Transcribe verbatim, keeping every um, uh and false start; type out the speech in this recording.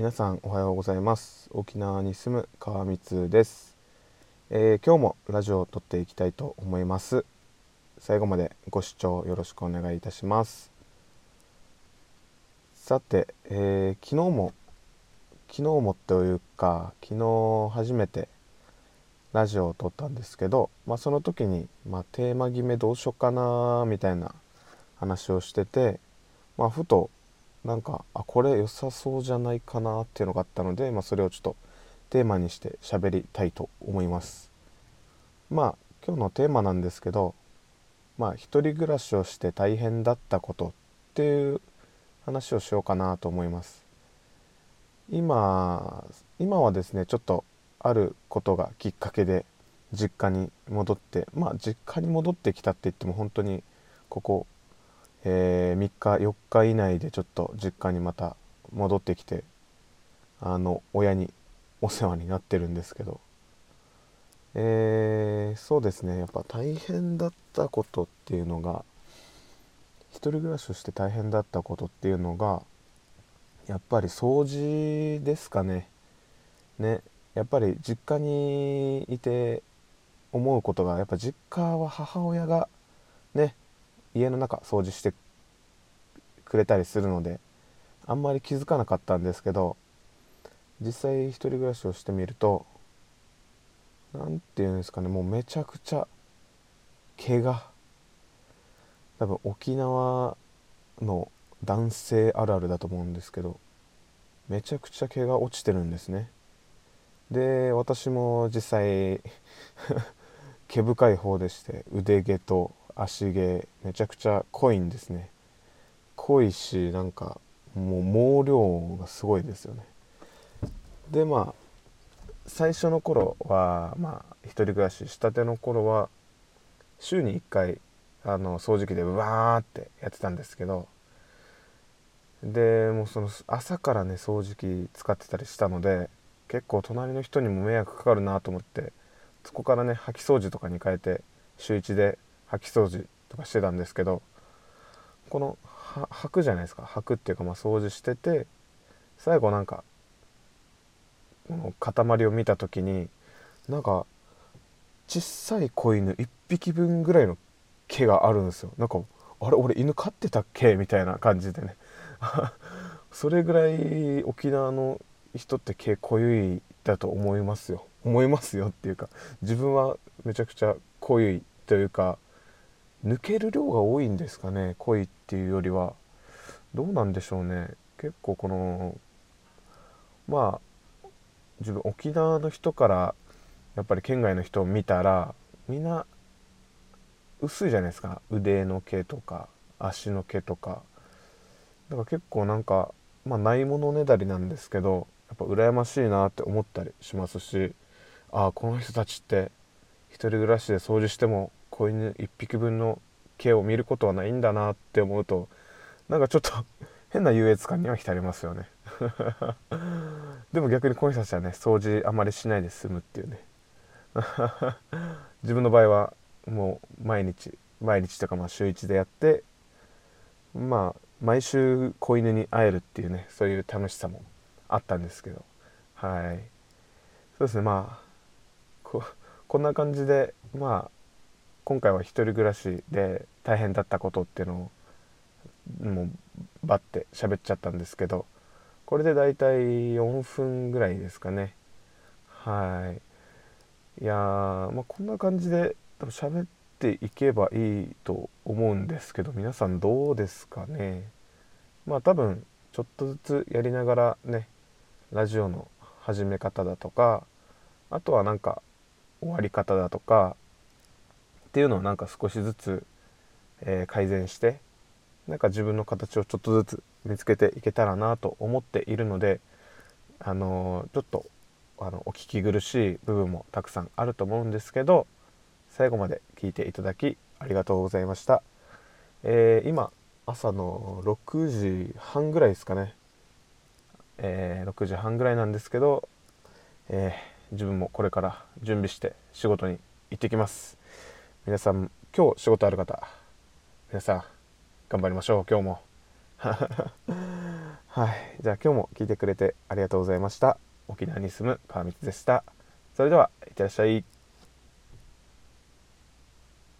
皆さんおはようございます。沖縄に住む川光です、えー今日もラジオを撮っていきたいと思います。最後までご視聴よろしくお願いいたします。さて、えー昨日も昨日もというか昨日初めてラジオを撮ったんですけど、まあ、その時に、まあ、テーマ決めどうしようかなみたいな話をしてて、まあ、ふとなんかあこれ良さそうじゃないかなっていうのがあったので、まあ、それをちょっとテーマにして喋りたいと思います。まあ今日のテーマなんですけど、まあ一人暮らしをして大変だったことっていう話をしようかなと思います。今今はですね、ちょっとあることがきっかけで実家に戻って、まあ実家に戻ってきたって言っても本当にここ、えーみっかよっか以内でちょっと実家にまた戻ってきて、あの親にお世話になってるんですけど、えー、そうですね、やっぱ大変だったことっていうのが、一人暮らしをして大変だったことっていうのが、やっぱり掃除ですかね。ね、やっぱり実家にいて思うことが、やっぱ実家は母親がね、家の中掃除してくれたりするので、あんまり気づかなかったんですけど、実際一人暮らしをしてみると、なんていうんですかね、もうめちゃくちゃ毛が、多分沖縄の男性あるあるだと思うんですけど、めちゃくちゃ毛が落ちてるんですね。で、私も実際毛深い方でして、腕毛と足毛めちゃくちゃ濃いんですね。濃いし、なんかもう毛量がすごいですよね。で、まあ最初の頃は、まあ一人暮らししたての頃は週にいっかいあの掃除機でうわーってやってたんですけど、でもうその朝からね掃除機使ってたりしたので、結構隣の人にも迷惑かかるなと思って、そこからね掃き掃除とかに変えて週いちで掃き掃除とかしてたんですけど、このは掃くじゃないですか、掃くっていうか、まあ掃除してて、最後なんかこの塊を見た時に、なんか小さい子犬いっぴきぶんぐらいの毛があるんですよ。なんかあれ俺犬飼ってたっけみたいな感じでねそれぐらい沖縄の人って毛濃ゆいだと思いますよ。思いますよっていうか、自分はめちゃくちゃ濃ゆいというか、抜ける量が多いんですかね、濃いっていうよりは。どうなんでしょうね。結構この、まあ自分沖縄の人からやっぱり県外の人を見たら、みんな薄いじゃないですか、腕の毛とか足の毛とか。だから結構なんか、まあないものねだりなんですけど、やっぱ羨ましいなって思ったりしますし、ああこの人たちって一人暮らしで掃除しても子犬一匹分の毛を見ることはないんだなって思うと、なんかちょっと変な優越感には浸りますよねでも逆にこの人たちはね、掃除あまりしないで済むっていうね自分の場合はもう毎日毎日とかまあ週いちでやって、まあ毎週子犬に会えるっていうね、そういう楽しさもあったんですけど、はい、そうですね。まあここんな感じで、まあ今回は一人暮らしで大変だったことっていうのをもうバッて喋っちゃったんですけど、これでだいたいよんぷんぐらいですかね。はい。いやー、まあ、こんな感じで多分喋っていけばいいと思うんですけど、皆さんどうですかね。まあ多分ちょっとずつやりながらね、ラジオの始め方だとか、あとはなんか終わり方だとかっていうのをなんか少しずつ、えー改善して、なんか自分の形をちょっとずつ見つけていけたらなと思っているので、あのーちょっとあのお聞き苦しい部分もたくさんあると思うんですけど、最後まで聞いていただきありがとうございました。えー今朝のろくじはんぐらいですかね。えーろくじはんぐらいなんですけど、えー自分もこれから準備して仕事に行ってきます。皆さん今日仕事ある方、皆さん頑張りましょう今日も。 はい、じゃあ今日も聞いてくれてありがとうございました。沖縄に住む川光でした。それではいってらっしゃい。